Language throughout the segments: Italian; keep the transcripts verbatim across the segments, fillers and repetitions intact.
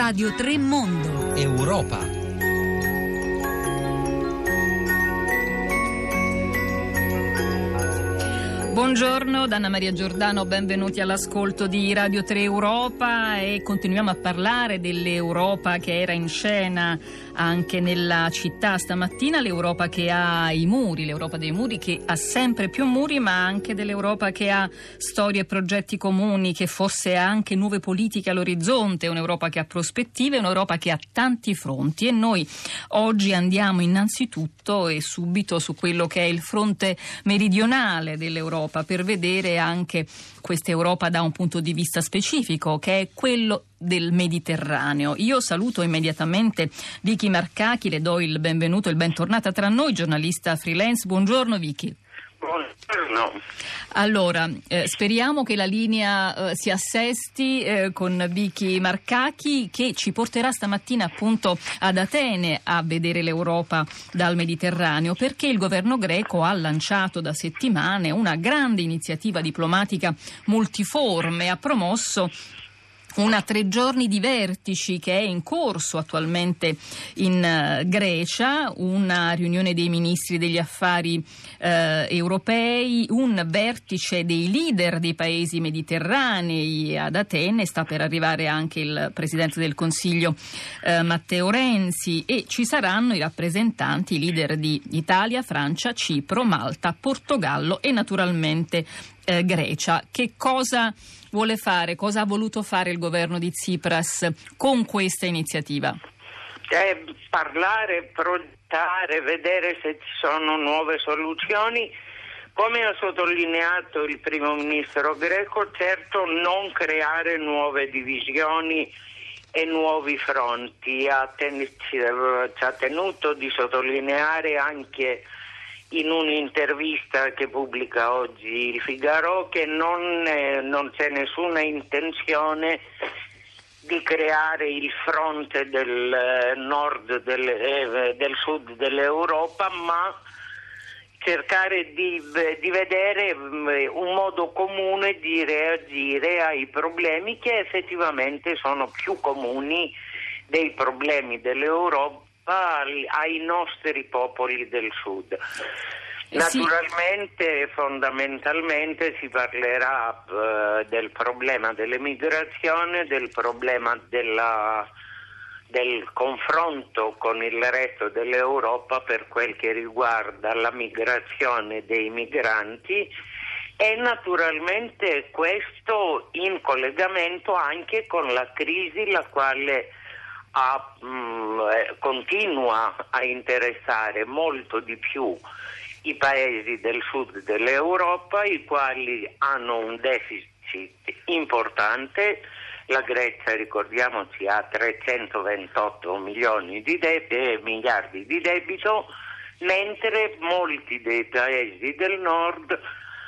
Radio tre Mondo. Europa. Buongiorno da Anna Maria Giordano, benvenuti all'ascolto di Radio tre Europa e continuiamo a parlare dell'Europa che era in scena anche nella città stamattina, l'Europa che ha i muri, l'Europa dei muri che ha sempre più muri, ma anche dell'Europa che ha storie e progetti comuni, che forse ha anche nuove politiche all'orizzonte, un'Europa che ha prospettive, un'Europa che ha tanti fronti. E noi oggi andiamo innanzitutto e subito su quello che è il fronte meridionale dell'Europa, per vedere anche questa Europa da un punto di vista specifico, che è quello del Mediterraneo. Io saluto immediatamente Vicky Marcachi, le do il benvenuto e il bentornata tra noi, giornalista freelance. Buongiorno Vicky. Buongiorno. Allora, eh, speriamo che la linea eh, si assesti eh, con Vicky Marcachi, che ci porterà stamattina appunto ad Atene a vedere l'Europa dal Mediterraneo, perché il governo greco ha lanciato da settimane una grande iniziativa diplomatica multiforme, ha promosso una tre giorni di vertici che è in corso attualmente in uh, Grecia, una riunione dei ministri degli affari uh, europei, un vertice dei leader dei paesi mediterranei ad Atene, sta per arrivare anche il Presidente del Consiglio uh, Matteo Renzi, e ci saranno i rappresentanti, i leader di Italia, Francia, Cipro, Malta, Portogallo e naturalmente uh, Grecia. Che cosa vuole fare, cosa ha voluto fare il governo di Tsipras con questa iniziativa? Eh, parlare, progettare, vedere se ci sono nuove soluzioni. Come ha sottolineato il primo ministro greco, certo non creare nuove divisioni e nuovi fronti. Ha ten- ci ha tenuto di sottolineare anche in un'intervista che pubblica oggi il Figaro che non, eh, non c'è nessuna intenzione di creare il fronte del eh, nord del, eh, del sud dell'Europa, ma cercare di, di vedere um, un modo comune di reagire ai problemi che effettivamente sono più comuni dei problemi dell'Europa ai nostri popoli del sud. Naturalmente, fondamentalmente si parlerà uh, del problema dell'emigrazione, del problema della, del confronto con il resto dell'Europa per quel che riguarda la migrazione dei migranti, e naturalmente questo in collegamento anche con la crisi la quale A, mh, continua a interessare molto di più i paesi del sud dell'Europa, i quali hanno un deficit importante. La Grecia, ricordiamoci, ha trecentoventotto milioni di debito, miliardi di debito, mentre molti dei paesi del nord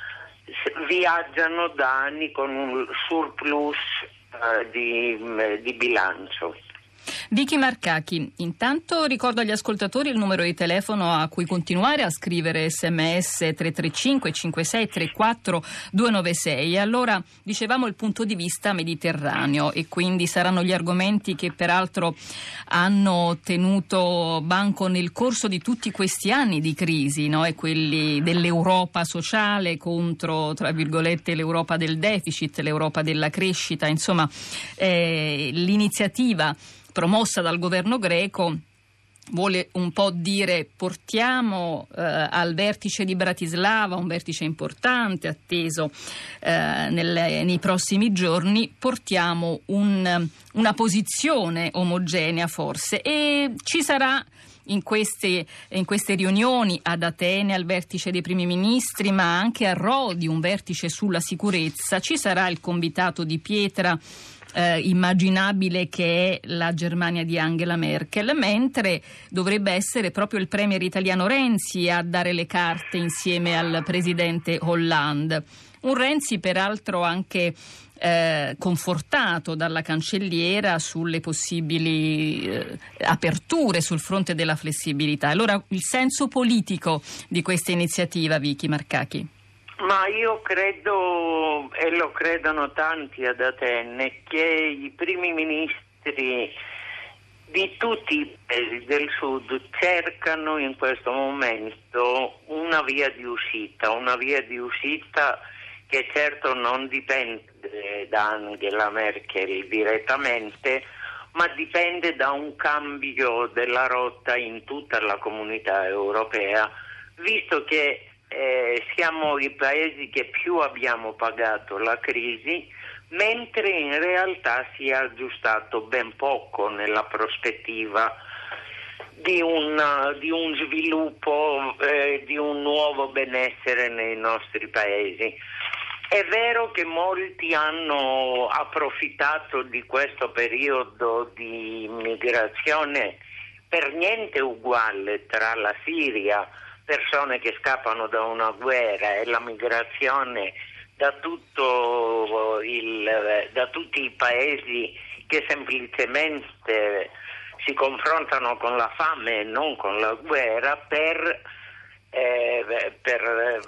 viaggiano da anni con un surplus uh, di, di bilancio. Vicky Marcachi, intanto ricordo agli ascoltatori il numero di telefono a cui continuare a scrivere sms tre tre cinque cinque sei tre quattro due nove sei. Allora, dicevamo il punto di vista mediterraneo, e quindi saranno gli argomenti che peraltro hanno tenuto banco nel corso di tutti questi anni di crisi, no? E quelli dell'Europa sociale contro, tra virgolette, l'Europa del deficit, l'Europa della crescita, insomma eh, l'iniziativa promossa dal governo greco vuole un po' dire: portiamo eh, al vertice di Bratislava, un vertice importante atteso eh, nelle, nei prossimi giorni, portiamo un, una posizione omogenea forse, e ci sarà in queste, in queste riunioni ad Atene, al vertice dei primi ministri, ma anche a Rodi, un vertice sulla sicurezza, ci sarà il convitato di pietra Eh, immaginabile che è la Germania di Angela Merkel, mentre dovrebbe essere proprio il premier italiano Renzi a dare le carte insieme al presidente Hollande. Un Renzi peraltro anche eh, confortato dalla cancelliera sulle possibili eh, aperture sul fronte della flessibilità. Allora, il senso politico di questa iniziativa, Vicky Marcachi? Ma io credo, e lo credono tanti ad Atene, che i primi ministri ministri di tutti i paesi del sud cercano in questo momento una via di uscita, una via di uscita che certo non dipende da Angela Merkel direttamente, ma dipende da un cambio della rotta in tutta la comunità europea, visto che eh, siamo i paesi che più abbiamo pagato la crisi, mentre in realtà si è aggiustato ben poco nella prospettiva di un, di un sviluppo, eh, di un nuovo benessere nei nostri paesi. È vero che molti hanno approfittato di questo periodo di migrazione per niente uguale tra la Siria, persone che scappano da una guerra, e la migrazione da tutto il, da tutti i paesi che semplicemente si confrontano con la fame e non con la guerra per, eh, per,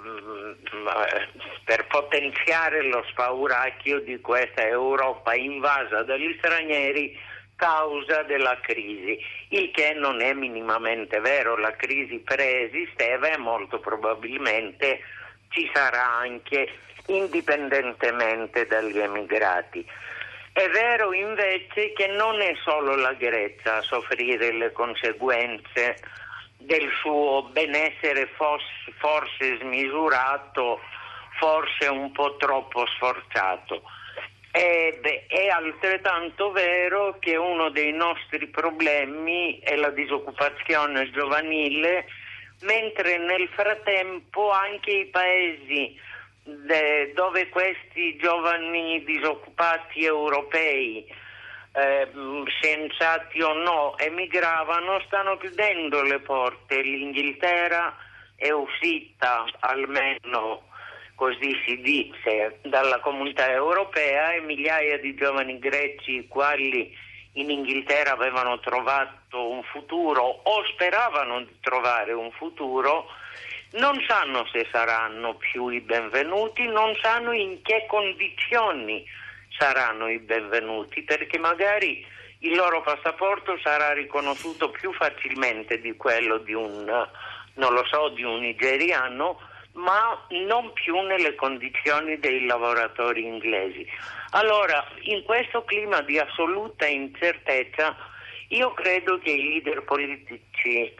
eh, per potenziare lo spauracchio di questa Europa invasa dagli stranieri causa della crisi, il che non è minimamente vero. La crisi preesisteva e molto probabilmente ci sarà anche indipendentemente dagli emigrati. È vero invece che non è solo la Grecia a soffrire le conseguenze del suo benessere forse, forse smisurato, forse un po' troppo sforzato. E beh, è altrettanto vero che uno dei nostri problemi è la disoccupazione giovanile, mentre nel frattempo anche i paesi de, dove questi giovani disoccupati europei, eh, sensati o no, emigravano, stanno chiudendo le porte. L'Inghilterra è uscita, almeno così si dice, dalla comunità europea, e migliaia di giovani greci, i quali in Inghilterra avevano trovato un futuro o speravano di trovare un futuro, non sanno se saranno più i benvenuti, non sanno in che condizioni saranno i benvenuti, perché magari il loro passaporto sarà riconosciuto più facilmente di quello di un, non lo so, di un nigeriano, ma non più nelle condizioni dei lavoratori inglesi. Allora, in questo clima di assoluta incertezza, io credo che i leader politici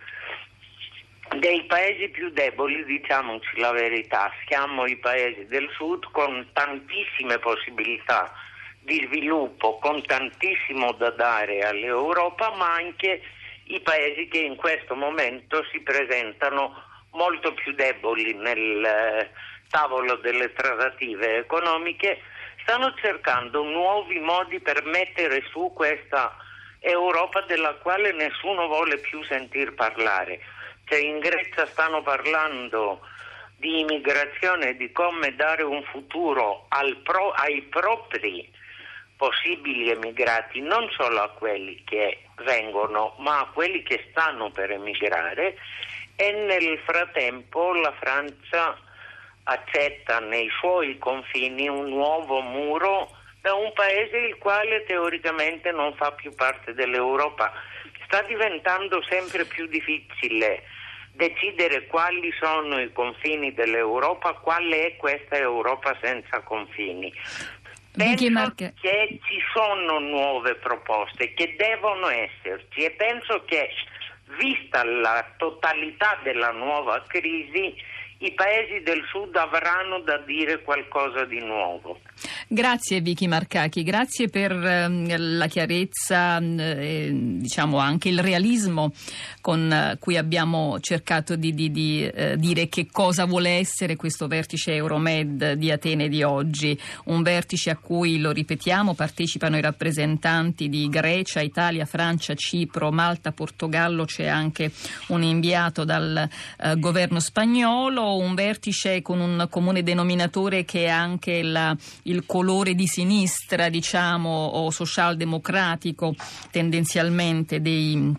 dei paesi più deboli, diciamoci la verità, siamo i paesi del sud con tantissime possibilità di sviluppo, con tantissimo da dare all'Europa, ma anche i paesi che in questo momento si presentano molto più deboli nel eh, tavolo delle trattative economiche, stanno cercando nuovi modi per mettere su questa Europa della quale nessuno vuole più sentir parlare. Cioè, in Grecia stanno parlando di immigrazione, di come dare un futuro al pro, ai propri possibili emigrati, non solo a quelli che vengono, ma a quelli che stanno per emigrare. E nel frattempo la Francia accetta nei suoi confini un nuovo muro da un paese il quale teoricamente non fa più parte dell'Europa. Sta diventando sempre più difficile decidere quali sono i confini dell'Europa, quale è questa Europa senza confini. Penso che ci sono nuove proposte che devono esserci, e penso che, vista la totalità della nuova crisi, i paesi del sud avranno da dire qualcosa di nuovo. Grazie Vicky Marcacchi, grazie per eh, la chiarezza e eh, diciamo anche il realismo con eh, cui abbiamo cercato di, di, di eh, dire che cosa vuole essere questo vertice Euromed di Atene di oggi, un vertice a cui, lo ripetiamo, partecipano i rappresentanti di Grecia, Italia, Francia, Cipro, Malta, Portogallo, c'è anche un inviato dal eh, governo spagnolo, un vertice con un comune denominatore che è anche la, il colore di sinistra, diciamo, o socialdemocratico tendenzialmente dei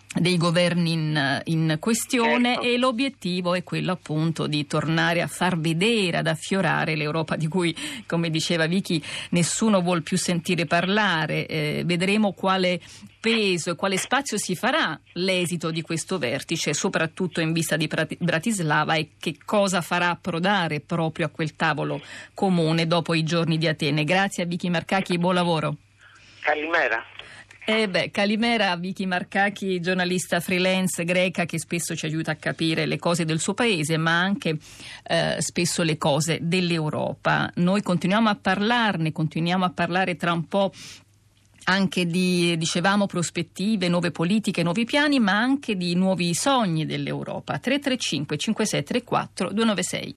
dei governi in, in questione, certo. E l'obiettivo è quello appunto di tornare a far vedere, ad affiorare l'Europa di cui, come diceva Vicky, nessuno vuol più sentire parlare. Eh, vedremo quale peso e quale spazio si farà l'esito di questo vertice, soprattutto in vista di Bratislava, e che cosa farà approdare proprio a quel tavolo comune dopo i giorni di Atene. Grazie a Vicky Marcacchi e buon lavoro. Calimera. Eh beh, Calimera, Vicky Marcacchi, giornalista freelance greca che spesso ci aiuta a capire le cose del suo paese, ma anche eh, spesso le cose dell'Europa. Noi continuiamo a parlarne, continuiamo a parlare tra un po' anche di, dicevamo, prospettive, nuove politiche, nuovi piani, ma anche di nuovi sogni dell'Europa. tre tre cinque cinque sei tre quattro due nove sei.